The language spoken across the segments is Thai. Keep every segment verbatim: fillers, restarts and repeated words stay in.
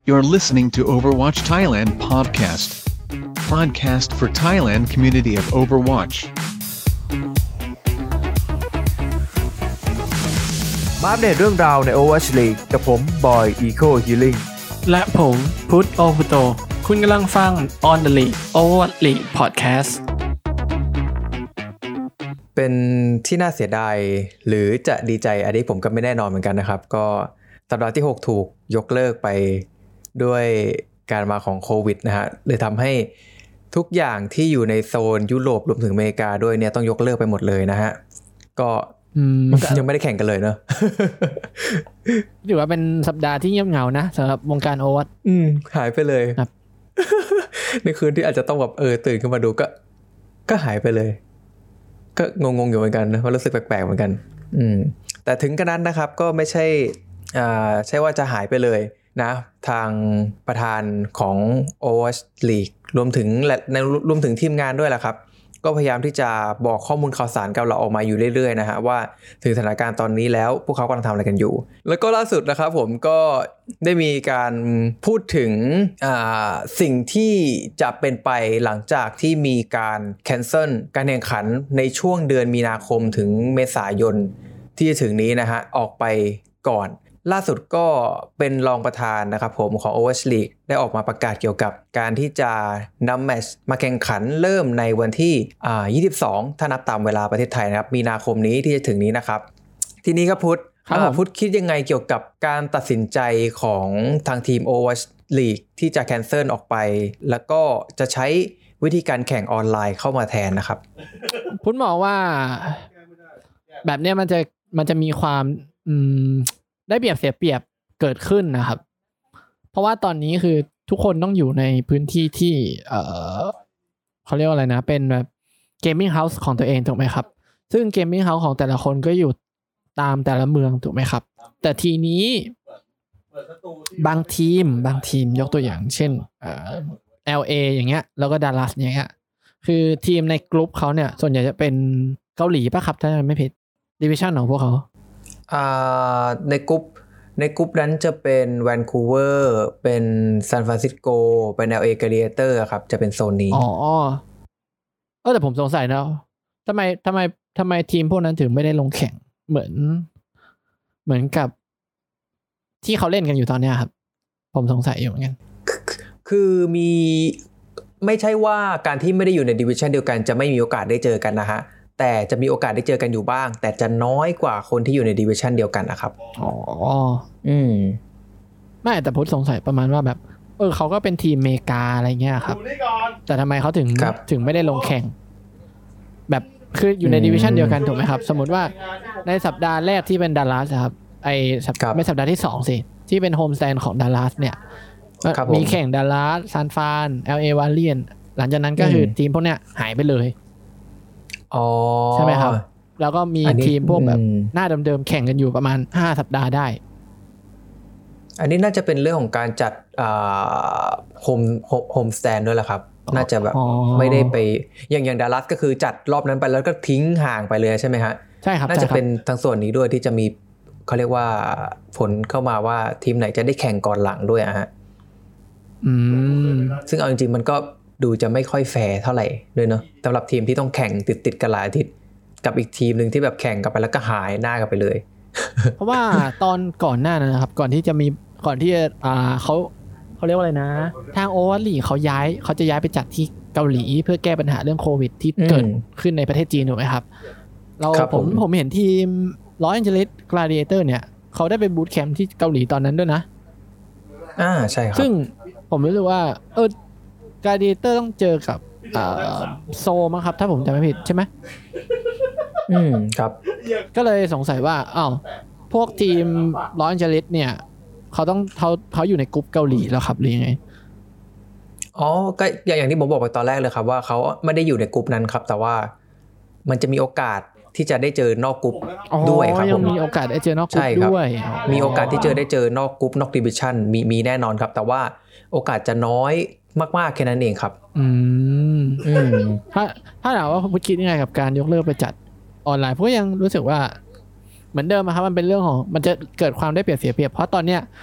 You're listening to Overwatch Thailand podcast. Podcast for Thailand community of Overwatch. มาอัปเดตเรื่องราวใน Overwatch League กับผมบอย Eco Healing และผมพุทธโอพุโตคุณกำลังฟัง On the League Overwatch League Podcast เป็นที่น่าเสียดายหรือจะดีใจอันนี้ผมก็ไม่แน่นอนเหมือนกันนะครับก็สัปดาห์ที่หกถูกยกเลิกไปด้วยการมาของโควิดนะฮะเลยทำให้ทุกอย่างที่อยู่ในโซนยุโรปรวมถึงอเมริกาด้วยเนี่ยต้องยกเลิกไปหมดเลยนะฮะก็ยังไม่ได้แข่งกันเลยเนอะถือว่าเป็นสัปดาห์ที่เงียบเหงานะสำหรับวงการโอวัตอืมหายไปเลยครับ ในคืนที่อาจจะต้องแบบเออตื่นขึ้นมาดูก็ก็หายไปเลยก็งงๆอยู่เหมือนกันนะว่ารู้สึกแปลกๆเหมือนกันอืมแต่ถึงกระนั้นนะครับก็ไม่ใช่อ่าใช่ว่าจะหายไปเลยนะทางประธานของ Overwatch League รวมถึงและรวมถึงทีมงานด้วยแหละครับก็พยายามที่จะบอกข้อมูลข่าวสารกับเราออกมาอยู่เรื่อยๆนะฮะว่าถึงสถานการณ์ตอนนี้แล้วพวกเขากำลังทำอะไรกันอยู่แล้วก็ล่าสุดนะครับผมก็ได้มีการพูดถึงสิ่งที่จะเป็นไปหลังจากที่มีการแคนเซิลการแข่งขันในช่วงเดือนมีนาคมถึงเมษายนที่จะถึงนี้นะฮะออกไปก่อนล่าสุดก็เป็นรองประธานนะครับผมของ Overwatch League ได้ออกมาประกาศเกี่ยวกับการที่จะนำแมตช์มาแข่งขันเริ่มในวันที่อ่ายี่สิบสองถ้านับตามเวลาประเทศไทยนะครับมีนาคมนี้ที่จะถึงนี้นะครับทีนี้ครับพุทธพุทธคิดยังไงเกี่ยวกับการตัดสินใจของทางทีม Overwatch League ที่จะแคนเซิลออกไปแล้วก็จะใช้วิธีการแข่งออนไลน์เข้ามาแทนนะครับพุทธมองว่าแบบเนี้ยมันจะมันจะมีความอืมได้เปรียบเสียเปรียบเกิดขึ้นนะครับเพราะว่าตอนนี้คือทุกคนต้องอยู่ในพื้นที่ที่เอ่อเขาเรียกว่าอะไรนะเป็นแบบเกมมิ่งเฮาส์ของตัวเองถูกไหมครับซึ่งเกมมิ่งเฮาส์ของแต่ละคนก็อยู่ตามแต่ละเมืองถูกไหมครับแต่ทีนี้บางทีมบางทีมยกตัวอย่างเช่นเอ่อ แอล เอ อย่างเงี้ยแล้วก็ดัลลัสอย่างเงี้ยคือทีมในกลุ่มเขาเนี่ยส่วนใหญ่จะเป็นเกาหลีป่ะครับถ้าไม่ผิดดิวิชั่นของพวกเขาอ่าในกลุ่มในกลุ่มนั้นจะเป็นแวนคูเวอร์เป็นซานฟรานซิสโกเป็น แอล เอ Gladiator ครับจะเป็นโซนนี้อ๋อเออแต่ผมสงสัยนะทำไมทำไมทำไมทีมพวกนั้นถึงไม่ได้ลงแข่งเหมือนเหมือนกับที่เขาเล่นกันอยู่ตอนนี้ครับผมสงสัยอยู่เหมือนกันคือมีไม่ใช่ว่าการที่ไม่ได้อยู่ในดิวิชั่นเดียวกันจะไม่มีโอกาสได้เจอกันนะฮะแต่จะมีโอกาสได้เจอกันอยู่บ้างแต่จะน้อยกว่าคนที่อยู่ในดิวิชั่นเดียวกันนะครับอ๋ออืมไม่แต่พุทธสงสัยประมาณว่าแบบเออเขาก็เป็นทีมอเมริกาอะไรเงี้ยครับแต่ทำไมเขาถึงถึงไม่ได้ลงแข่งแบบคืออยู่ในดิวิชั่นเดียวกันถูกไหมครับสมมติว่าในสัปดาห์แรกที่เป็นดัลลัสครับไอไม่สัปดาห์ที่สองสิที่เป็นโฮมสแตนของดัลลัสเนี่ยมีแข่งดัลลัสซานฟราน แอล เอ วาเลียนหลังจากนั้นก็คือทีมพวกเนี้ยหายไปเลยอ๋อใช่ไหมครับแล้วก็มีทีมพวกแบบหน้าเดิมๆแข่งกันอยู่ประมาณห้าสัปดาห์ได้อันนี้น่าจะเป็นเรื่องของการจัดอ่าโฮมโฮมสแตนด้วยแหละครับน่าจะแบบไม่ได้ไปอย่างอย่างดัลลัสก็คือจัดรอบนั้นไปแล้วก็ทิ้งห่างไปเลยใช่ไหมฮะใช่ครับน่าจะเป็นทางส่วนนี้ด้วยที่จะมีเขาเรียกว่าผลเข้ามาว่าทีมไหนจะได้แข่งก่อนหลังด้วยอะฮะอืมซึ่งเอาจริงๆมันก็ดูจะไม่ค่อยแฟร์เท่าไหร่ด้วยเนาะสำหรับทีมที่ต้องแข่งติดๆกันหลายอาทิตย์กับอีกทีมนึงที่แบบแข่งกันไปแล้วก็หายหน้ากันไปเลยเพราะว่าตอนก่อนหน้านั้นนะครับก่อนที่จะมีก่อนที่อ่าเขาเขาเรียกว่าอะไรนะทางโอเวอร์ลีกเขาย้ายเขาจะย้ายไปจัดที่เกาหลีเพื่อแก้ปัญหาเรื่องโควิดที่เกิดขึ้นในประเทศจีนถูกไหมครับเราผมผมเห็นทีมลอสแอนเจลิสกลาดิเอเตอร์เนี่ยเขาได้ไปบูตแคมป์ที่เกาหลีตอนนั้นด้วยนะอ่าใช่ครับซึ่งผมรู้สึกว่าเออGladiator ต้องเจอกับโซมั้งครับถ้าผมจำไม่ผิดใช่ไหมอืมครับก็เลยสงสัยว่าอ้าวพวกทีมลอสแอนเจลิสเนี่ยเขาต้องเขาเขาอยู่ในกลุ่มเกาหลีแล้วครับหรือยังไงอ๋อก็อย่างที่ผมบอกไปตอนแรกเลยครับว่าเขาไม่ได้อยู่ในกลุ่มนั้นครับแต่ว่ามันจะมีโอกาสที่จะได้เจอนอกกลุ่มด้วยครับผมมีโอกาสได้เจอนอกกลุ่มด้วยมีโอกาสที่เจอได้เจอนอกกลุ่มนอกดิวิชั่นมีมีแน่นอนครับแต่ว่าโอกาสจะน้อยมากๆแค่นั้นเองครับอืมอืมถ้าถ้าถามว่าคุณคิดยังไงกับการยกเลิกไปจัดออนไลน์เพราะยังรู้สึกว่าเหมือนเดิมครับมันเป็นเรื่องของมันจะเกิดความได้เปรียบเสียเปรียบเพราะตอนเนี้ย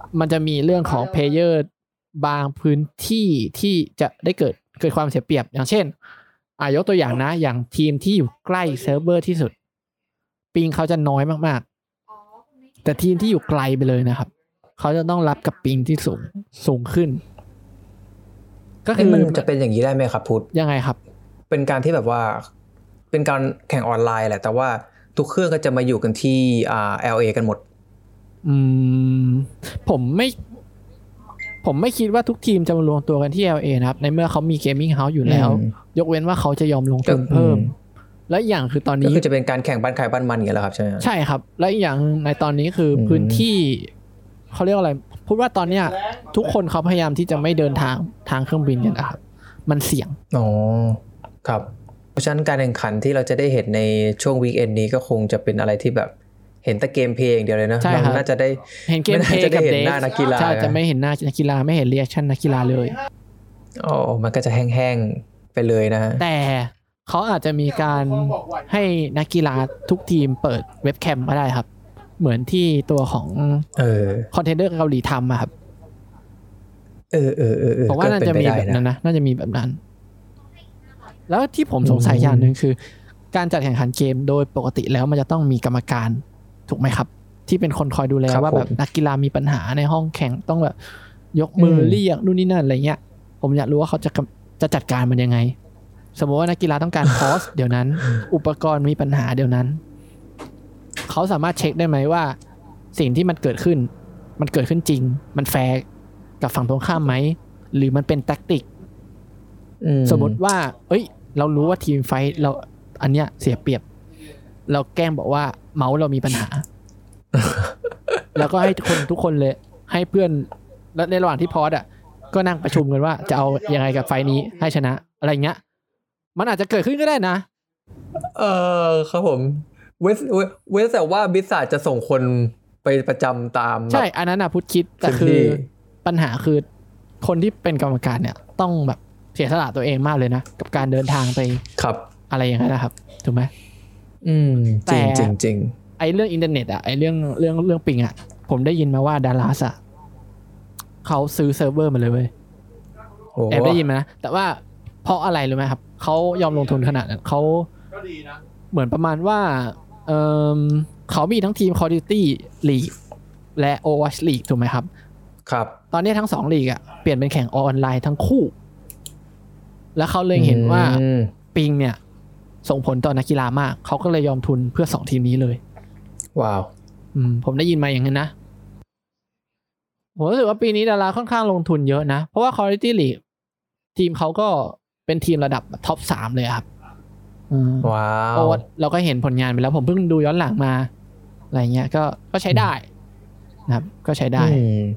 มันจะมีเรื่องของเพลเยอร์บางพื้นที่ที่จะได้เกิดเกิดความเสียเปรียบอย่างเช่นอ่ะยกตัวอย่างนะอย่างทีมที่อยู่ใกล้เซิร์ฟเวอร์ที่สุดปิงเขาจะน้อยมากๆแต่ทีมที่อยู่ไกลไปเลยนะครับเขาจะต้องรับกับปิงที่สูงสูงขึ้นก็คือมันจะเป็นอย่างนี้ได้ไหมครับพุทธยังไงครับเป็นการที่แบบว่าเป็นการแข่งออนไลน์แหละแต่ว่าทุกเครื่องก็จะมาอยู่กันที่อ่า แอล เอ กันหมดอืมผมไม่ผมไม่คิดว่าทุกทีมจะมารวมตัวกันที่ แอล เอ นะครับในเมื่อเขามีเกมมิ่งเฮ้าส์อยู่แล้วยกเว้นว่าเขาจะยอมลงทุนเพิ่มและอย่างคือตอนนี้ก็คือจะเป็นการแข่งบ้านใครบ้านมันอย่างเงี้ยแหละครับใช่ไหมใช่ครับและอีกอย่างในตอนนี้คือพื้นที่เขาเรียกอะไรพูดว่าตอนเนี้ยทุกคนเขาพยายามที่จะไม่เดินทางทางเครื่องบินกันนะครับมันเสี่ยงอ๋อครับเพราะฉะนั้นการแข่งขันที่เราจะได้เห็นในช่วงวีคเอนด์นี้ก็คงจะเป็นอะไรที่แบบเห็นแต่เกมเพลย์อย่างเดียวเลยนะเราน่าจะได้เห็นเกมเพลย์กับเด็กนักกีฬาใช่จะไม่เห็นหน้านักกีฬาไม่เห็นรีแอคชั่นนักกีฬาเลยอ๋อมันก็จะแห้งๆไปเลยนะแต่เขาอาจจะมีการให้นักกีฬาทุกทีมเปิดเว็บแคมก็ได้ครับเหมือนที่ตัวของเออคอนเทนเดอร์เกาหลีทำอะครับเออเออเออผมว่าน่าจะมีแบบนั้นนะน่าจะมีแบบนั้นแล้วที่ผมสงสัยอย่างหนึ่งคือการจัดแข่งขันเกมโดยปกติแล้วมันจะต้องมีกรรมการถูกไหมครับที่เป็นคนคอยดูแลว่าแบบนักกีฬามีปัญหาในห้องแข่งต้องแบบยกมือเรียกนู่นนี่นั่นอะไรเงี้ยผมอยากรู้ว่าเขาจะจะจัดการมันยังไงสมมติว่านักกีฬาต้องการคอสเดี๋ยวนั้นอุปกรณ์มีปัญหาเดี๋ยวนั้นเขาสามารถเช็คได้ไหมว่าสิ่งที่มันเกิดขึ้นมันเกิดขึ้นจริงมันแฟร์กับฝั่งตรงข้ามไหมหรือมันเป็นแทคติกสมมติว่าเอ้ยเรารู้ว่าทีมไฟท์เราอันเนี้ยเสียเปรียบเราแกล้งบอกว่าเมาส์เรามีปัญหา แล้วก็ให้คนทุกคนเลยให้เพื่อนและในระหว่างที่พอดอ่ะก็นั่งประชุมกันว่าจะเอายังไงกับไฟนี้ให้ชนะอะไรเงี้ยมันอาจจะเกิดขึ้นก็ได้นะเออครับผมเวสเวสแต่ว่าบิสซ่าจะส่งคนไปประจำตามใช่อันนั้นน่ะพุทธคิดแต่คือปัญหาคือคนที่เป็นกรรมการเนี่ยต้องแบบเสียสละตัวเองมากเลยนะกับการเดินทางไปครับอะไรอย่างนั้นนะครับถูกไหมอืมจริงจริงจริงไอ้เรื่องอินเทอร์เน็ตอ่ะไอ้เรื่องเรื่องเรื่องปิงอ่ะผมได้ยินมาว่าดัลลัสอ่ะเขาซื้อเซิร์ฟเวอร์มาเลยเว้ยแอบได้ยินมานะแต่ว่าเพราะอะไรรู้ไหมครับเขายอมลงทุนขนาดนั้นเขาเหมือนประมาณว่าเออเขามีทั้งทีม Call of Duty League และ Overwatch League ถูกไหมครับครับตอนนี้ทั้งสองลีกอ่ะเปลี่ยนเป็นแข่งออนไลน์ทั้งคู่แล้วเขาเลยเห็นว่าปิงเนี่ยส่งผลต่อนักกีฬามากเขาก็เลยยอมทุนเพื่อสองทีมนี้เลยว้าวอืมผมได้ยินมาอย่างนั้นนะผมรู้สึกว่าปีนี้ดาราค่อนข้างลงทุนเยอะนะเพราะว่า Call of Duty League ทีมเขาก็เป็นทีมระดับท็อปสามเลยครับว้าวโอ้เราก็เห็นผลงานไปแล้วผมเพิ่งดูย้อนหลังมาอะไรเงี้ยก็ก็ใช้ได้นะครับก็ใช้ได้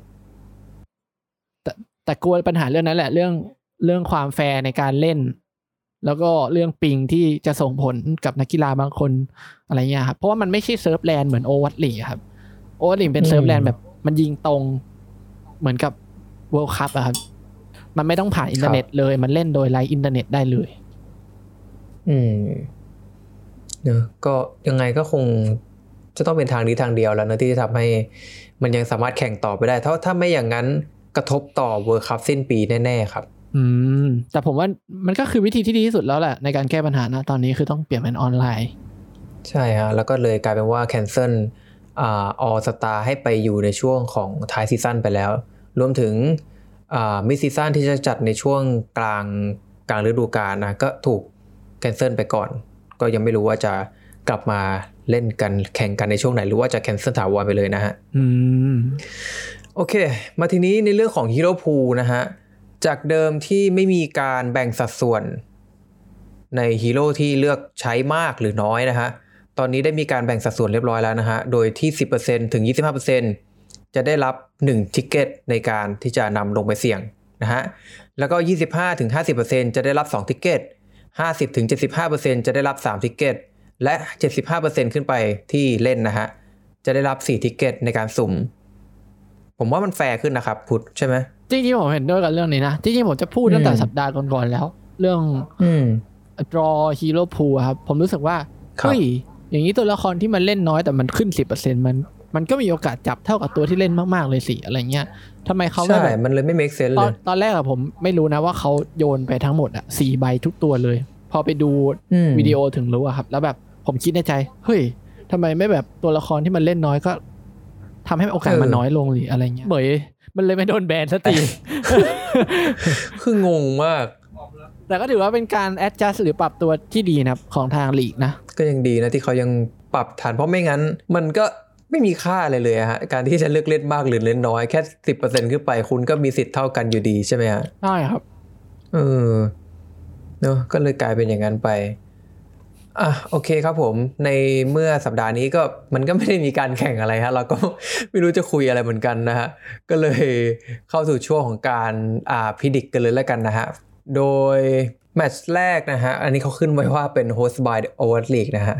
แต่แต่กลัวปัญหาเรื่องนั้นแหละเรื่องเรื่องความแฟร์ในการเล่นแล้วก็เรื่องปิงที่จะส่งผลกับนักกีฬาบางคนอะไรเงี้ยครับเพราะว่ามันไม่ใช่เซิร์ฟแลนด์เหมือนโอวัตลีครับโอวัตลีเป็นเซิร์ฟแลนด์แบบมันยิงตรงเหมือนกับเวิลด์คัพอะครับมันไม่ต้องผ่านอินเทอร์เน็ตเลยมันเล่นโดยไลน์อินเทอร์เน็ตได้เลยอืมเนอะก็ยังไงก็คงจะต้องเป็นทางนี้ทางเดียวแล้วนะที่จะทำให้มันยังสามารถแข่งต่อไปได้ถ้าถ้าไม่อย่างนั้นกระทบต่อเวิลด์คัพสิ้นปีแน่ๆครับอืมแต่ผมว่ามันก็คือวิธีที่ดีที่สุดแล้วแหละในการแก้ปัญหานะตอนนี้คือต้องเปลี่ยนเป็นออนไลน์ใช่ฮะแล้วก็เลยกลายเป็นว่าแคนเซิลอ่าออลสตาร์ให้ไปอยู่ในช่วงของท้ายซีซั่นไปแล้วรวมถึงอ่ามิดซีซั่นที่จะจัดในช่วงกลางกลางฤดูกาลนะก็ถูกแคนเซิลไปก่อนก็ยังไม่รู้ว่าจะกลับมาเล่นกันแข่งกันในช่วงไหนหรือว่าจะแคนเซิลถาวรไปเลยนะฮะอืมโอเคมาทีนี้ในเรื่องของฮีโร่พูลนะฮะจากเดิมที่ไม่มีการแบ่งสัดส่วนในฮีโร่ที่เลือกใช้มากหรือน้อยนะฮะตอนนี้ได้มีการแบ่งสัดส่วนเรียบร้อยแล้วนะฮะโดยที่ สิบเปอร์เซ็นต์ ถึง ยี่สิบห้าเปอร์เซ็นต์ จะได้รับหนึ่งทิกเก็ตในการที่จะนำลงไปเสี่ยงนะฮะแล้วก็ ยี่สิบห้าถึงห้าสิบเปอร์เซ็นต์ จะได้รับสองทิกเก็ต ห้าสิบถึงเจ็ดสิบห้าเปอร์เซ็นต์ จะได้รับสามทิกเก็ตและ เจ็ดสิบห้าเปอร์เซ็นต์ ขึ้นไปที่เล่นนะฮะจะได้รับสี่ทิกเก็ตในการสุ่มผมว่ามันแฟร์ขึ้นนะครับพุทธใช่ไหมจริงๆผมเห็นด้วยกับเรื่องนี้นะจริงๆผมจะพูดตั้งแต่สัปดาห์ก่อนๆแล้วเรื่อง draw hero pool ครับผมรู้สึกว่าเฮ้ยอย่างนี้ตัวละครที่มันเล่นน้อยแต่มันขึ้น สิบเปอร์เซ็นต์ มันมันก็มีโอกาสจับเท่ากับตัวที่เล่นมากๆเลยสิอะไรเงี้ยทำไมเขาไม่ใช่มันเลยไม่ make sense ตอเลนยตอนแรกอะผมไม่รู้นะว่าเขาโยนไปทั้งหมดอะสี่ใบทุกตัวเลยพอไปดูวิดีโอถึงรู้อะครับแล้วแบบผมคิดในใจเฮ้ยทำไมไม่แบบตัวละครที่มันเล่นน้อยก็ทำให้โอกาสมันน้อยลงหรืออะไรเงี้ยเหมยมันเลยไม่โดนแบนสักทีคืองงมากแต่ก็ถือว่าเป็นการ adjust หรือปรับตัวที่ดีนะครับของทางลีกนะก็ยังดีนะที่เขายังปรับทันเพราะไม่งั้นมันก็ไม่มีค่าอะไรเลยฮะการที่จะเลือกเล่นมากหรือเล่นน้อยแค่ สิบเปอร์เซ็นต์ ขึ้นไปคุณก็มีสิทธิ์เท่ากันอยู่ดีใช่ไหมฮะใช่ครับเออเนอะก็เลยกลายเป็นอย่างนั้นไปอ่ะโอเคครับผมในเมื่อสัปดาห์นี้ก็มันก็ไม่ได้มีการแข่งอะไรฮะเราก็ไม่รู้จะคุยอะไรเหมือนกันนะฮะก็เลยเข้าสู่ช่วงของการอ่าพิดิกกันเลยแล้วกันนะฮะโดยแมตช์แรกนะฮะอันนี้เขาขึ้นไว้ว่าเป็น host by Over League นะฮะ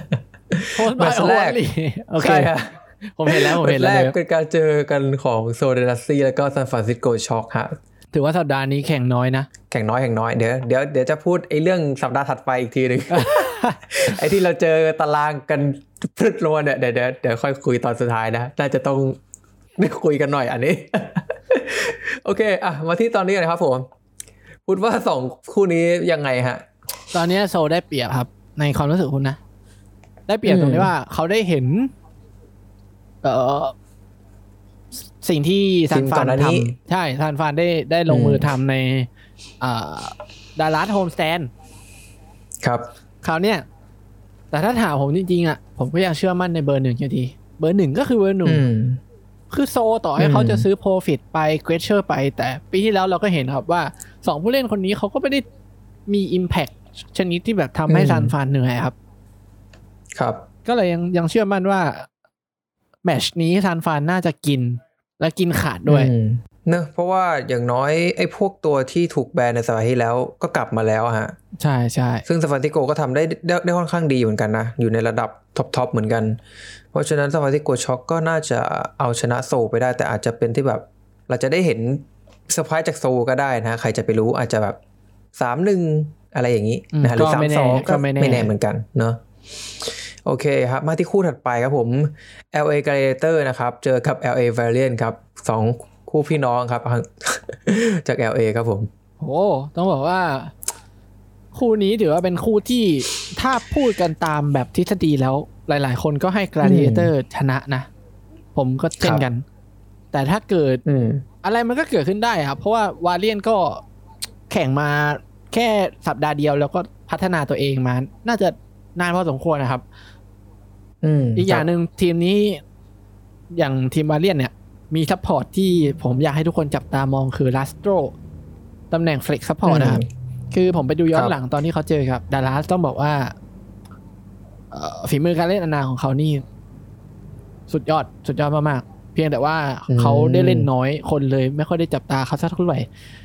host by Over League โอเคผมเห็นแล้วผมเห็นแล้วแรกเป็นการเจอกันของโซเดนัสซี่แล้วก็ซานฟรานซิสโกช็อกฮะถือว่าสัปดาห์นี้แข่งน้อยนะแข่งน้อยแข่งน้อยเดี๋ยวเดี๋ยวเดี๋ยวจะพูดไอ้เรื่องสัปดาห์ถัดไปอีกทีนึง ไอ้ที่เราเจอตารางกันพรึดลงเนี่ยเดี๋ยวเดี๋ยวเดี๋ยวค่อยคุยตอนสุดท้ายนะน่าจะต้องได้คุยกันหน่อยอันนี้ โอเคอ่ะมาที่ตอนนี้กันครับผมพูดว่าสองคู่นี้ยังไงฮะตอนนี้โซได้เปรียบครับในความรู้สึกคุณนะได้เปรียบตรงที่ว่าเขาได้เห็นเอ่อสิ่งที่ซานฟรานทำใช่ซานฟรานได้ได้ลงมือทำในดัลลัสโฮมสแตนด์ครับคราวเนี้ยแต่ถ้าถามผมจริงๆอ่ะผมก็ยังเชื่อมั่นในเบอร์หนึ่งอยู่ดีเบอร์หนึ่งก็คือเบอร์หนึ่งคือโซต่อให้เขาจะซื้อโปรฟิตไปเกรเชอร์ไปแต่ปีที่แล้วเราก็เห็นครับว่าสองผู้เล่นคนนี้เขาก็ไม่ได้มี impact ชนิดที่แบบทำให้ซานฟรานเหนื่อยครับครับก็เลยยังยังเชื่อมั่นว่าแมตช์นี้ซานฟรานน่าจะกินและกินขาดด้วยเนอะเพราะว่าอย่างน้อยไอ้พวกตัวที่ถูกแบนในสัปดาห์ที่แล้วก็กลับมาแล้วฮะใช่ใช่ซึ่งซานฟรานซิสโกก็ทำได้ได้ได้ค่อนข้างดีเหมือนกันนะอยู่ในระดับท็อปๆเหมือนกันเพราะฉะนั้นซานฟรานซิสโกช็อกก็น่าจะเอาชนะโซไปได้แต่อาจจะเป็นที่แบบเราจะได้เห็นเซอร์ไพรส์จากโซก็ได้นะใครจะไปรู้อาจจะแบบ สามหนึ่ง อะไรอย่างนี้นะหรือ สามสอง ก็ไม่แน่เหมือนกันเนาะโอเคครับมาที่คู่ถัดไปครับผม แอล เอ Gladiator นะครับเจอกับ แอล เอ Valiant ครับสองคู่พี่น้องครับจาก แอล เอ ครับผมโอ้ต้องบอกว่าคู่นี้ถือว่าเป็นคู่ที่ถ้าพูดกันตามแบบทฤษฎีแล้วหลายๆคนก็ให้ Gladiator ชนะนะผมก็เช่นกันแต่ถ้าเกิดอะไรมันก็เกิดขึ้นได้ครับเพราะว่า Valiant ก็แข่งมาแค่สัปดาห์เดียวแล้วก็พัฒนาตัวเองมาน่าจะนานพอสมควรนะครับอีกอย่างหนึ่งทีมนี้อย่างทีมวาเลียนเนี่ยมีซัพพอร์ตที่ผมอยากให้ทุกคนจับตามองคือลัสโตรตำแหน่งเฟล็กซัพพอร์ตนะครับคือผมไปดูย้อนหลังตอนที่เขาเจอครับดัลลัสต้องบอกว่าฝีมือการเล่นอนาของเขานี่สุดยอดสุดยอดมากๆเพียงแต่ว่าเขาได้เล่นน้อยคนเลยไม่ค่อยได้จับตาเขาสักเท่าไหร่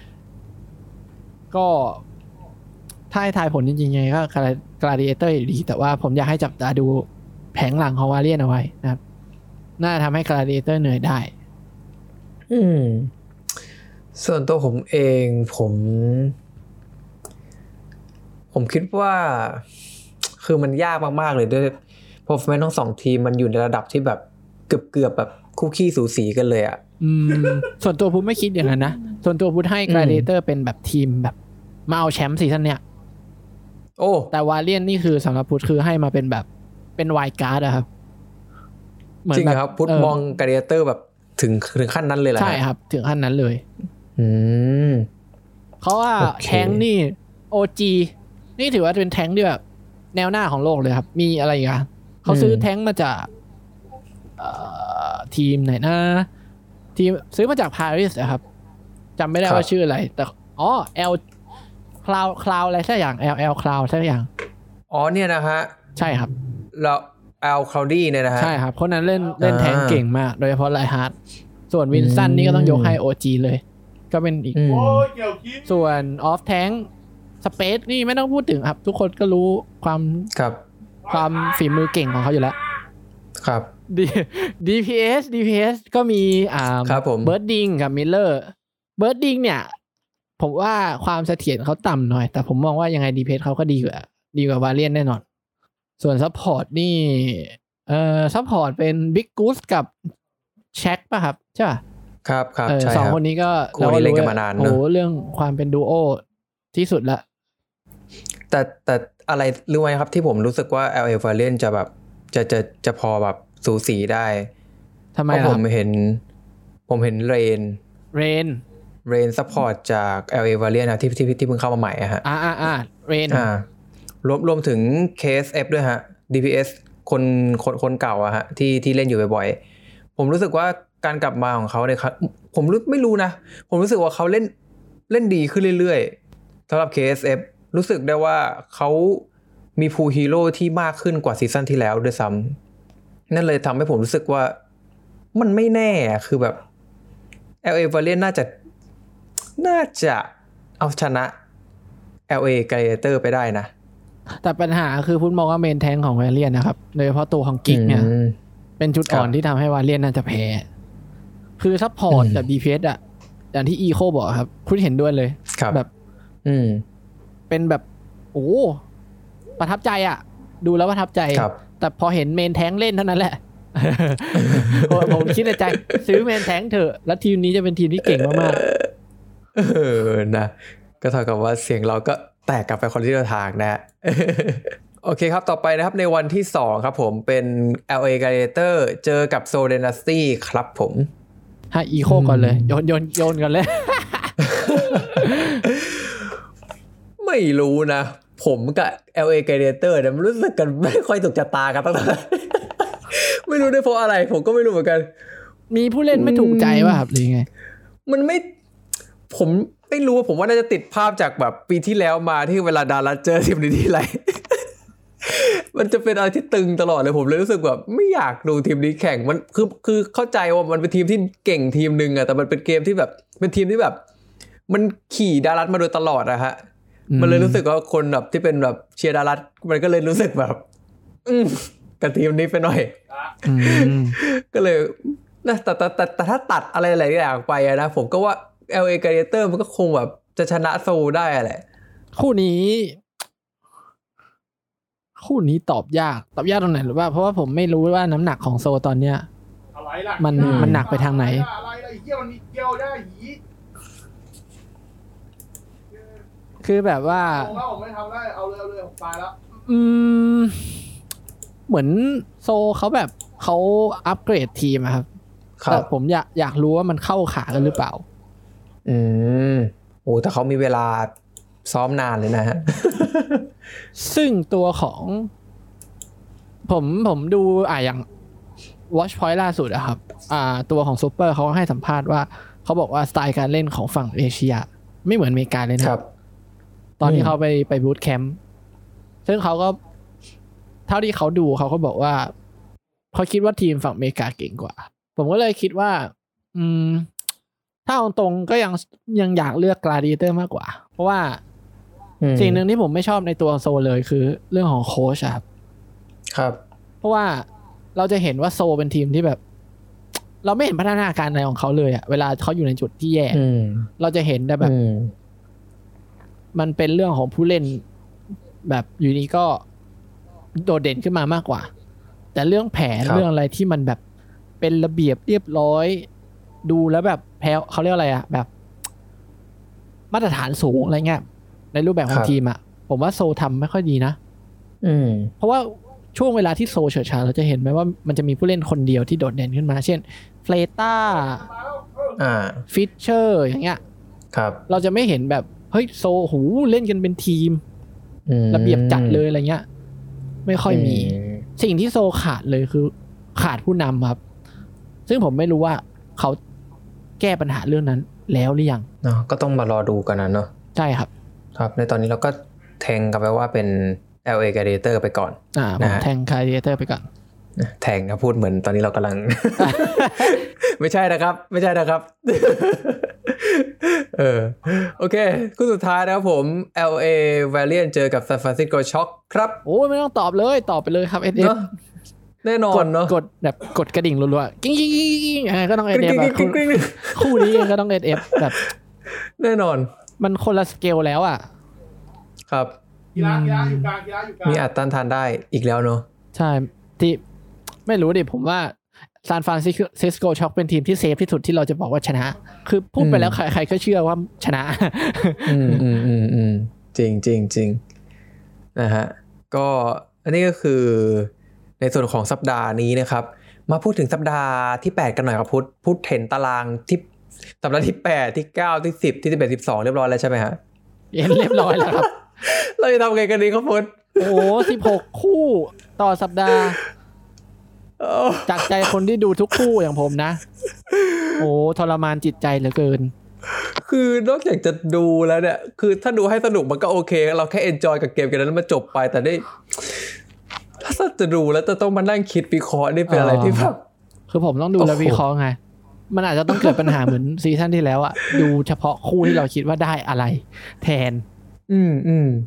ก็ถ้าให้ทายผลจริงๆไงก็ Gladiator อยู่ดีแต่ว่าผมอยากให้จับตาดูแผงหลังของวาเลียนเอาไว้นะครับน่าทำให้ Gladiator เหนื่อยได้อืมส่วนตัวผมเองผมผมคิดว่าคือมันยากมากๆเลยด้วยเพราะแม้ทั้งสองทีมมันอยู่ในระดับที่แบบเกือบๆแบบคู่ขี้สูสีกันเลยอ่ะอืมส่วนตัวผมไม่คิดอย่างนั้นนะส่วนตัวผมให้ Gladiator เป็นแบบทีมแบบมาเอาแชมป์ซีซั่นเนี้ยโอ้แต่วาเลียนนี่คือสำหรับพุทธคือให้มาเป็นแบบเป็นไวล์การ์ดอะครับจริงครับพุทธมอง Gladiator แบบถึงถึงขั้นนั้นเลยเหรอใช่ครับถึงขั้นนั้นเลยอืมเพราะว่าแทงนี่ โอ จี นี่ถือว่าเป็นแทงที่แบบแนวหน้าของโลกเลยครับมีอะไรอีกอ่ะเขาซื้อแทงมาจากทีมไหนนะทีมซื้อมาจากปารีสนะครับจำไม่ได้ว่าชื่ออะไรแต่อ๋อ L Cloud Cloud อะไรสักอย่าง แอล แอล Cloud สักอย่างอ๋อเนี่ยนะฮะใช่ครับแล้ว L Cloudy เนี่ยนะฮะใช่ครับคนนั้นเล่นเล่นแทงเก่งมากโดยเฉพาะไลฮาร์ดส่วนวินสันนี่ก็ต้องยกให้ โอ จี เลยก็เป็นอีกส่วนออฟแทงสเปซนี่ไม่ต้องพูดถึงครับทุกคนก็รู้ความครับความฝีมือเก่งของเขาอยู่แล้วครับดี พี เอส ดี พี เอส ก็มีอ่าเบิร์ดดิงกับมิลเลอร์เบิร์ดดิงเนี่ยผมว่าความเสถียรเขาต่ำหน่อยแต่ผมมองว่ายังไง ดี พี เอส เขาก็ดีกว่าดีกว่าวาเลียนแน่นอนส่วนซัพพอร์ตนี่เอ่อซัพพอร์ตเป็นบิ๊กกู๊ดกับแช็คป่ะครับใช่ป่ะครับครับใช่สองคนนี้ก็เราเล่นกันมานานเนอะโอ้เรื่องความเป็นดูโอที่สุดละแต่แต่อะไรรู้ไหมครับที่ผมรู้สึกว่า แอล เอ Valiant จะแบบจะจะจะพอแบบสูสีได้ทำไมล่ะผมเห็นผมเห็นเรนเรนเรนซัพพอร์ตจาก แอล เอ Valiant นะที่ที่ที่เพิ่งเข้ามาใหม่อะฮะอ่าอ่าเรนอ่ารวมรวมถึง เค เอส เอฟ ด้วยฮะ ดี พี เอส คนคนคนเก่าอะฮะที่ที่เล่นอยู่บ่อยๆผมรู้สึกว่าการกลับมาของเขาเนี่ยครับผมรู้ไม่รู้นะผมรู้สึกว่าเขาเล่นเล่นดีขึ้นเรื่อยๆสำหรับ เค เอส เอฟ รู้สึกได้ว่าเขามีพูลฮีโร่ที่มากขึ้นกว่าซีซั่นที่แล้วด้วยซ้ำนั่นเลยทำให้ผมรู้สึกว่ามันไม่แน่คือแบบ แอล เอ Valiant น่าจะน่าจะเอาชนะ แอล เอ Gladiator ไปได้นะแต่ปัญหาคือพุทธมองว่าเมนแทงของ Valiant นะครับโดยเฉพาะตัวของกิกเนี่ยเป็นจุดอ่อนที่ทำให้ Valiant น่าจะแพ้คือซัพพอร์ตแบบ บี พี เอส อ่ะอย่างที่ Eco บอกครับคุณเห็นด้วยเลยแบบอืมเป็นแบบโอ้ประทับใจอ่ะดูแล้วประทับใจแต่พอเห็นเมนแทงเล่นเท่านั้นแหละ ผมคิดในใจซื้อเมนแทงเถอะแล้วทีมนี้จะเป็นทีมที่เก่งมากๆเออนะก็เท่ากับว่าเสียงเราก็แตกกลับไปคนที่ละทางนะ โอเคครับต่อไปนะครับในวันที่สองครับผมเป็น แอล เอ Gladiator เจอกับ Soul Dynasty ครับผมให้ Eco ก่อนเลยโยนโยนโยนกันเลยไม่รู้นะผมกับ แอล เอ Gladiator เนี่ยมันรู้สึกกันไม่ค่อยถูกชะตากันตั้งแต่ ไม่รู้ได้เพราะอะไรผมก็ไม่รู้เหมือนกันมีผู้เล่นไม่ถูกใจป่ะครับหรือไงมันไม่ผมไม่รู้ผมว่าน่าจะติดภาพจากแบบปีที่แล้วมาที่เวลาดารัสเจอทีมนี้ทีไร มันจะเป็นอะไรที่ตึงตลอดเลยผมเลยรู้สึกแบบไม่อยากดูทีมนี้แข่งมันคือคือเข้าใจว่ามันเป็นทีมที่เก่งทีมนึงอะแต่มันเป็นเกมที่แบบเป็นทีมที่แบบมันขี่ดารัสมาโดยตลอดอะฮะมันเลยรู้สึกว่าคนแบบที่เป็นแบบเชียร์ดารัสมันก็เลยรู้สึกแบบอืมกับทีมนี้ไปหน่อยก็เลยนะแต่แต่แต่ถ้าตัดอะไรหลายอย่างไปอะนะผมก็ว่า แอล เอ Gladiator มันก็คงแบบจะชนะโซได้แหละคู่นี้คู่นี้ตอบยากตอบยากตรงไหนหรือว่าเพราะว่าผมไม่รู้ว่าน้ำหนักของโซตอนเนี้ยมันมันหนักไปทางไหนอะไรล่ะเหี้ยมันมีเกี่ยวได้หีคือแบบว่าผมไม่ทำได้เอาเลยเอาเลยผมตายแล้วอืมเหมือนโซเขาแบบเขาอัปเกรดทีมครับแต่ผมอยากอยากรู้ว่ามันเข้าขากันหรือเปล่าอืมโอ้แต่เขามีเวลาซ้อมนานเลยนะฮะซึ่งตัวของผมผมดูอ่ะอย่าง Watch Point ล่าสุดอะครับอ่าตัวของซูเปอร์เขาให้สัมภาษณ์ว่าเขาบอกว่าสไตล์การเล่นของฝั่งเอเชียไม่เหมือนอเมริกาเลยนะครับตอนที่เขาไปไปบูตแคมป์ซึ่งเขาก็เท่าที่เขาดูเขาก็บอกว่าเขาคิดว่าทีมฝั่งอเมริกาเก่งกว่าผมก็เลยคิดว่าอืมถ้าเอาตรงก็ยังยังอยากเลือก Gladiator มากกว่าเพราะว่าสิ่งหนึ่งที่ผมไม่ชอบในตัวโซเลยคือเรื่องของโค้ชครับครับเพราะว่าเราจะเห็นว่าโซเป็นทีมที่แบบเราไม่เห็นพัฒนาการอะไรของเขาเลยอะเวลาเขาอยู่ในจุดที่แย่เราจะเห็นแต่แบบมันเป็นเรื่องของผู้เล่นแบบอยู่นี้ก็โดดเด่นขึ้นมามากกว่าแต่เรื่องแผนเรื่องอะไรที่มันแบบเป็นระเบียบเรียบร้อยดูแล้วแบบแพ้เขาเรียกอะไรอะแบบมาตรฐานสูงอะไรเงี้ยในรูปแบบของทีมอะผมว่าโซทำไม่ค่อยดีนะเพราะว่าช่วงเวลาที่โซเฉิดฉายเราจะเห็นไหมว่ามันจะมีผู้เล่นคนเดียวที่โดดเด่นขึ้นมาเช่นเฟลต้าฟิชเชอร์อย่างเงี้ยเราจะไม่เห็นแบบเฮ้ยโซหูเล่นกันเป็นทีมระเบียบจัดเลยอะไรเงี้ยไม่ค่อยมีสิ่งที่โซขาดเลยคือขาดผู้นำครับซึ่งผมไม่รู้ว่าเขาแก้ปัญหาเรื่องนั้นแล้วหรือยังเนาะก็ต้องมารอดูกันนะเนาะใช่ครับครับในตอนนี้เราก็แทงกันไปว่าเป็น แอล เอ Gladiator ไปก่อนอ่าผมแทง Gladiator ไปก่อนแทงนะพูดเหมือนตอนนี้เรากำลัง ไม่ใช่นะครับไม่ใช่นะครับ เออโอเคคู่สุดท้ายนะครับผม แอล เอ Valiant เจอกับ San Francisco Shock ครับโอ้ไม่ต้องตอบเลยตอบไปเลยครับ เอส เอฟแน่นอนเนาะกดแบบกดกระดิ่งรัวๆกิ้งๆๆๆก็ต้อง เอส เอฟ แบบคู่นี้ก็ต้อง เอส เอฟ แบบแน่นอนมันคนละสเกลแล้วอ่ะครับกีฬากีฬาอยู่กลางกีฬาอยู่กลางมีอัดต้านทานได้อีกแล้วเนาะใช่ที่ไม่รู้ดิผมว่าซานฟรานซิสโกช็อกเป็นทีมที่เซฟที่สุดที่เราจะบอกว่าชนะคือพูดไปแล้วใครๆก็เชื่อว่าชนะอืมอืมอืมอืมจริงจริงจริงนะฮะก็อันนี้ก็คือในส่วนของสัปดาห์นี้นะครับมาพูดถึงสัปดาห์ที่แปดกันหน่อยครับพุทธพูดเห็นตารางที่สัปดาห์ที่แปดที่เก้าที่สิบที่สิบเอ็ด สิบสองเรียบร้อยแล้วใช่ไหมฮะเห็นเรียบร้อยแล้วครับเราจะทำไงกันดีครับพุทธโอ้สิบหกคู่ต่อสัปดาห์จากใจคนที่ดูทุกคู่อย่างผมนะโอ้ทรมานจิตใจเหลือเกินคือนอกจากจะดูแล้วเนี่ยคือถ้าดูให้สนุกมันก็โอเคเราแค่เอนจอยกับเกมกันแล้วมันจบไปแต่ได้ถ้าจะดูแล้วจะต้องมานั่งคิดวิเคราะห์นี่เป็นอะไรที่แบบคือผมต้องดูแล้ววิเคราะห์ไงมันอาจจะต้องเกิดปัญหาเหมือนซีซั่นที่แล้วอะดูเฉพาะคู่ที่เราคิดว่าได้อะไรแทนอืมอืม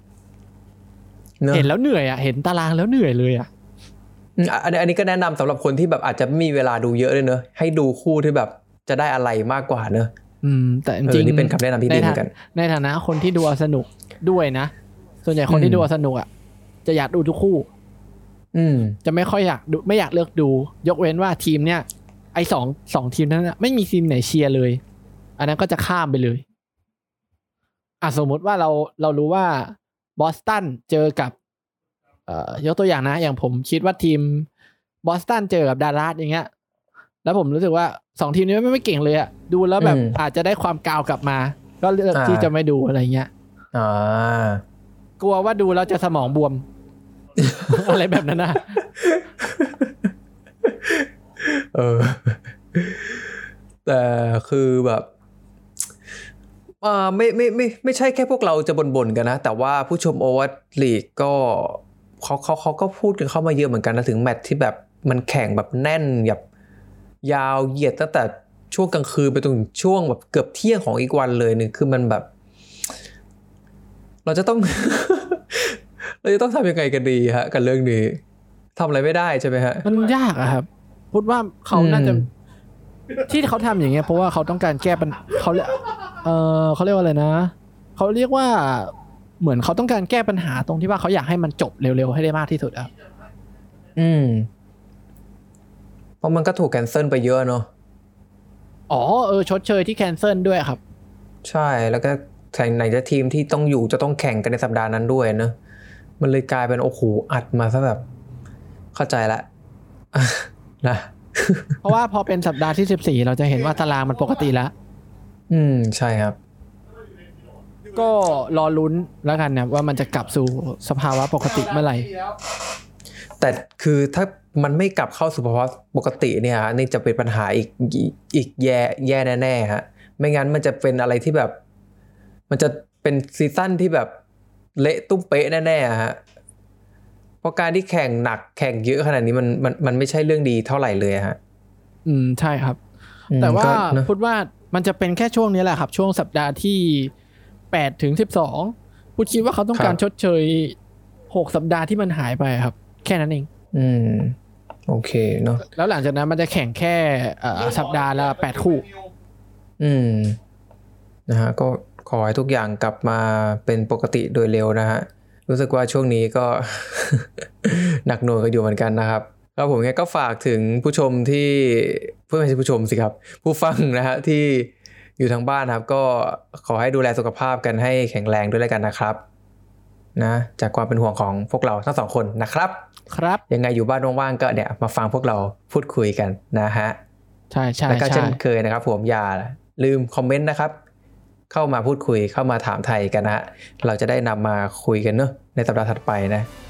เห็นแล้วเหนื่อยอะเห็นตารางแล้วเหนื่อยเลยอะอันนี้อันนี้ก็แนะนำสำหรับคนที่แบบอาจจะไม่มีเวลาดูเยอะเลยเนอะให้ดูคู่ที่แบบจะได้อะไรมากกว่าเนอะอืมแต่จริงๆนี่เป็นคำแนะนำที่ดีเหมือนกันในฐานะคนที่ดูสนุกด้วยนะส่วนใหญ่คนที่ดูสนุกอ่ะจะอยากดูทุกคู่อืมจะไม่ค่อยอยากดูไม่อยากเลือกดูยกเว้นว่าทีมเนี้ยไอ้สองสองทีมนั้นนะไม่มีทีมไหนเชียร์เลยอันนั้นก็จะข้ามไปเลยอ่ะสมมติว่าเราเรารู้ว่าบอสตันเจอกับเอ่อยกตัวอย่างนะอย่างผมคิดว่าทีมบอสตันเจอกับดัลลัสอย่างเงี้ยแล้วผมรู้สึกว่าสองทีมนี้ไม่ไม่เก่งเลยอะดูแล้วแบบอาจจะได้ความกาวกลับมาก็เลือกที่จะไม่ดูอะไรเงี้ยอ่ากลัวว่าดูแล้วจะสมองบวม อะไรแบบนั้นนะเออแต่คือแบบอ่าไม่ไม่ไม่ไม่ใช่แค่พวกเราจะบ่นๆกันนะแต่ว่าผู้ชมโอเวอร์ลีกก็เขาเขาเขาก็พูดกันเข้ามาเยอะเหมือนกันนะถึงแมตช์ที่แบบมันแข่งแบบแน่นแบบยาวเหยียดตั้งแต่ช่วงกลางคืนไปจนถึงช่วงแบบเกือบเที่ยงของอีกวันเลยนึงคือมันแบบเราจะต้อง เราจะต้องทำยังไงกันดีฮะกับเรื่องนี้ทำอะไรไม่ได้ใช่ไหมฮะมันยากอะครับพูดว่าเขาน่าจะที่เขาทำอย่างเงี้ยเพราะว่าเขาต้องการแก้ปัญเขาเรียกเออเขาเรียกว่าอะไรนะเขาเรียกว่าเหมือนเขาต้องการแก้ปัญหาตรงที่ว่าเขาอยากให้มันจบเร็วๆให้ได้มากที่สุดครับอืมเพราะมันก็ถูกแคนเซิลไปเยอะเนาะอ๋อเออชดเชยที่แคนเซิลด้วยครับใช่แล้วก็แข่งไหนจะทีมที่ต้องอยู่จะต้องแข่งกันในสัปดาห์นั้นด้วยเนอะมันเลยกลายเป็นโอ้โหอัดมาซะแบบเข้าใจละนะเพราะว่าพอเป็นสัปดาห์ที่สิบสี่เราจะเห็นว่าตารางมันปกติแล้วอืมใช่ครับก็รอลุ้นแล้วกันนะว่ามันจะกลับสู่สภาวะปกติเมื่อไหร่แต่คือถ้ามันไม่กลับเข้าสู่ภาวะปกติเนี่ยนี่จะเป็นปัญหาอีกอีกแย่แย่แน่ๆฮะไม่งั้นมันจะเป็นอะไรที่แบบมันจะเป็นซีซั่นที่แบบเละตุ้มเป๊ะแน่ๆฮะเพราะการที่แข่งหนักแข่งเยอะขนาดนี้มันมันมันไม่ใช่เรื่องดีเท่าไหร่เลยฮะอืมใช่ครับแต่ว่าพูดว่ามันจะเป็นแค่ช่วงนี้แหละครับช่วงสัปดาห์ที่แปดถึงสิบสองพูดคิดว่าเขาต้องการชดเชยหกสัปดาห์ที่มันหายไปครับแค่นั้นเองอืมโอเคเนาะแล้วหลังจากนั้นมันจะแข่งแค่สัปดาห์ละแปดคู่อืมนะฮะก็ขอให้ทุกอย่างกลับมาเป็นปกติโดยเร็วนะฮะรู้สึกว่าช่วงนี้ก็ หนักหน่วงกันอยู่เหมือนกันนะครับแล้วผมก็ฝากถึงผู้ชมที่เพื่อนไม่ใช่ผู้ชมสิครับผู้ฟังนะฮะที่อยู่ทางบ้านครับก็ขอให้ดูแลสุขภาพกันให้แข็งแรงด้วยแล้วกันนะครับนะจากความเป็นห่วงของพวกเราทั้งสองคนนะครับครับยังไงอยู่บ้านว่างๆก็เนี่ยมาฟังพวกเราพูดคุยกันนะฮะใช่ใช่แล้วก็เช่นเคยนะครับผมอย่าลืมคอมเมนต์นะครับเข้ามาพูดคุยเข้ามาถามไทยกันนะฮะเราจะได้นำมาคุยกันเนอะในสัปดาห์ถัดไปนะ